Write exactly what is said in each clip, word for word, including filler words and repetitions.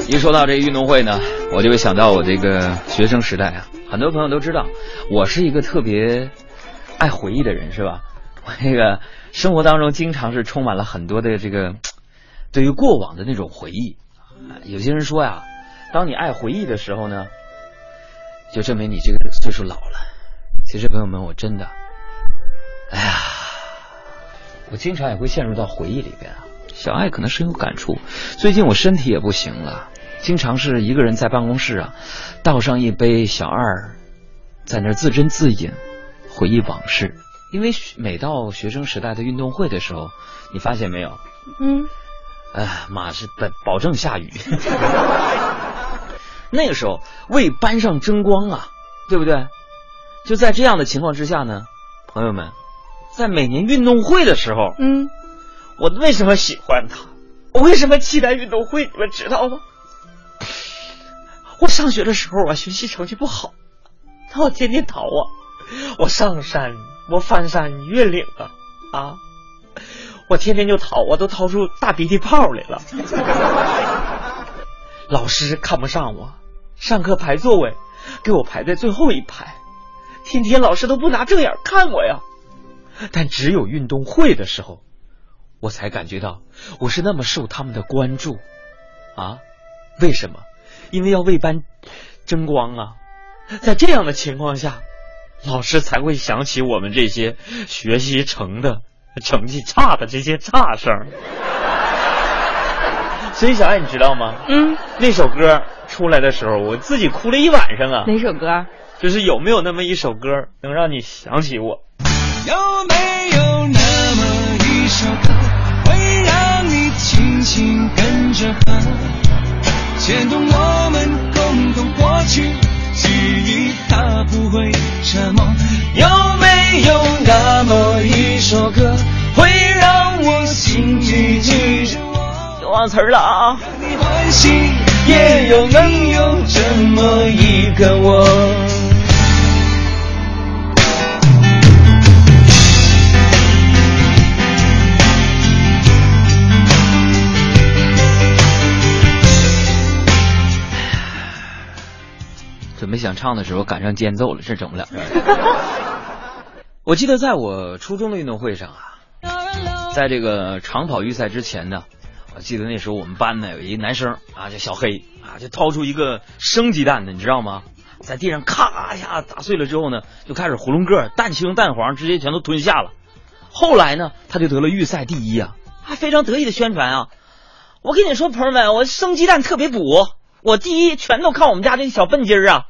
一说到这个运动会呢，我就会想到我这个学生时代啊。很多朋友都知道，我是一个特别爱回忆的人，是吧？我这个生活当中经常是充满了很多的这个对于过往的那种回忆。有些人说呀，当你爱回忆的时候呢，就证明你这个岁数老了。其实朋友们，我真的，哎呀，我经常也会陷入到回忆里边啊。小爱可能深有感触，最近我身体也不行了，经常是一个人在办公室啊，倒上一杯小二，在那儿自斟自饮，回忆往事。因为每到学生时代的运动会的时候，你发现没有？ 嗯， 哎，妈是保保证下雨。那个时候为班上争光啊，对不对？就在这样的情况之下呢，朋友们，在每年运动会的时候， 嗯， 我为什么喜欢他？我为什么期待运动会？你们知道吗？我上学的时候啊，学习成绩不好，但我天天逃啊，我上山，我翻山越岭啊，啊，我天天就逃，我都逃出大鼻涕泡来了。老师看不上我，上课排座位，给我排在最后一排，天天老师都不拿正眼看我呀。但只有运动会的时候，我才感觉到我是那么受他们的关注啊！为什么？因为要为班争光啊！在这样的情况下，老师才会想起我们这些学习成的成绩差的这些差生。所以小爱你知道吗？ 嗯， 那首歌出来的时候，我自己哭了一晚上啊。 哪首歌？ 就是有没有那么一首歌能让你想起我？ 有没有那么一首歌，会让你轻轻跟着和，牵动我们共同过去记忆，它不会沉默。有没有那么一首歌，会让我心里记着我？ 又忘词儿了啊！ 你欢喜，也有能有这么一个我。 准备想唱的时候赶上间奏了，这整不了。我记得在我初中的运动会上啊，在这个长跑预赛之前呢，我记得那时候我们班呢有一个男生啊叫小黑啊，就掏出一个生鸡蛋的，你知道吗？在地上咔一下打碎了之后呢，就开始囫囵个蛋清蛋黄直接全都吞下了。后来呢，他就得了预赛第一啊，还非常得意的宣传啊。我跟你说朋友们，我生鸡蛋特别补，我第一全都靠我们家这个小笨鸡儿啊。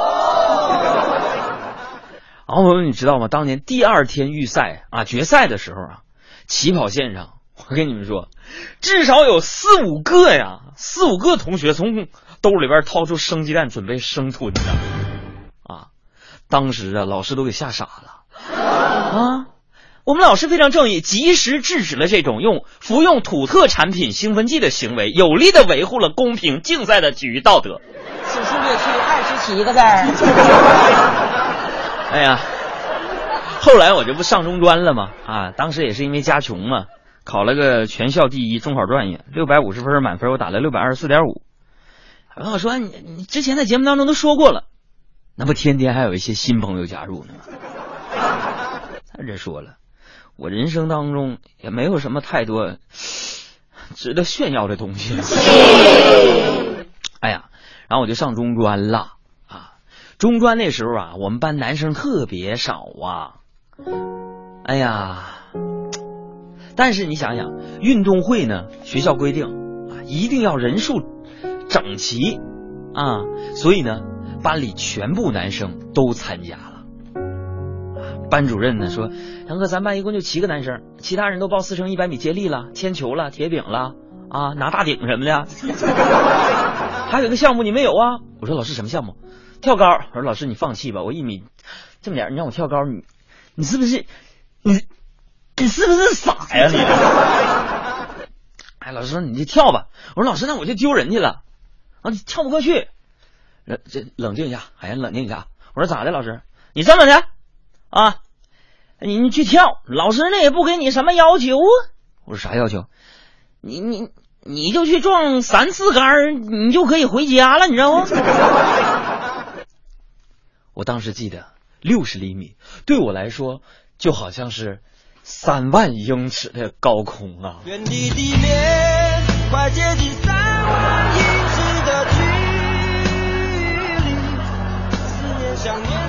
然后你知道吗？当年第二天预赛啊，决赛的时候啊，起跑线上，我跟你们说，至少有四五个呀，四五个同学从兜里边掏出生鸡蛋准备生吞的啊。当时啊，老师都给吓傻了啊。我们老师非常正义，及时制止了这种用服用土特产品兴奋剂的行为，有力的维护了公平竞赛的体育道德。 此处略去二十七个字儿。 哎呀，后来我这不上中专了吗？啊，当时也是因为家穷嘛，考了个全校第一中考状元，六百五十分满分，我打了六百二十四点五。朋友说你你之前在节目当中都说过了，那不天天还有一些新朋友加入呢吗？再者说了，我人生当中也没有什么太多值得炫耀的东西。哎呀，然后我就上中专了啊。中专那时候啊，我们班男生特别少啊。哎呀，但是你想想，运动会呢，学校规定啊，一定要人数整齐啊，所以呢，班里全部男生都参加了。班主任呢说，杨哥，咱班一共就七个男生，其他人都报四乘一百米接力了，铅球了，铁饼了啊，拿大顶什么的。还有一个项目你没有啊？我说老师什么项目？跳高。我说老师你放弃吧，我一米这么点，你让我跳高，你你是不是你你是不是傻呀你？哎，老师说你就跳吧。我说老师那我就丢人去了啊，你跳不过去。这冷静一下，海岩冷静一下。我说咋的老师？你这么的啊？你你去跳，老师那也不给你什么要求啊。我说啥要求？你你你就去撞三四杆，你就可以回家了，你知道吗？我当时记得六十厘米对我来说就好像是三万英尺的高空啊！ 原地地面快接近三万英尺的距离，思念像你。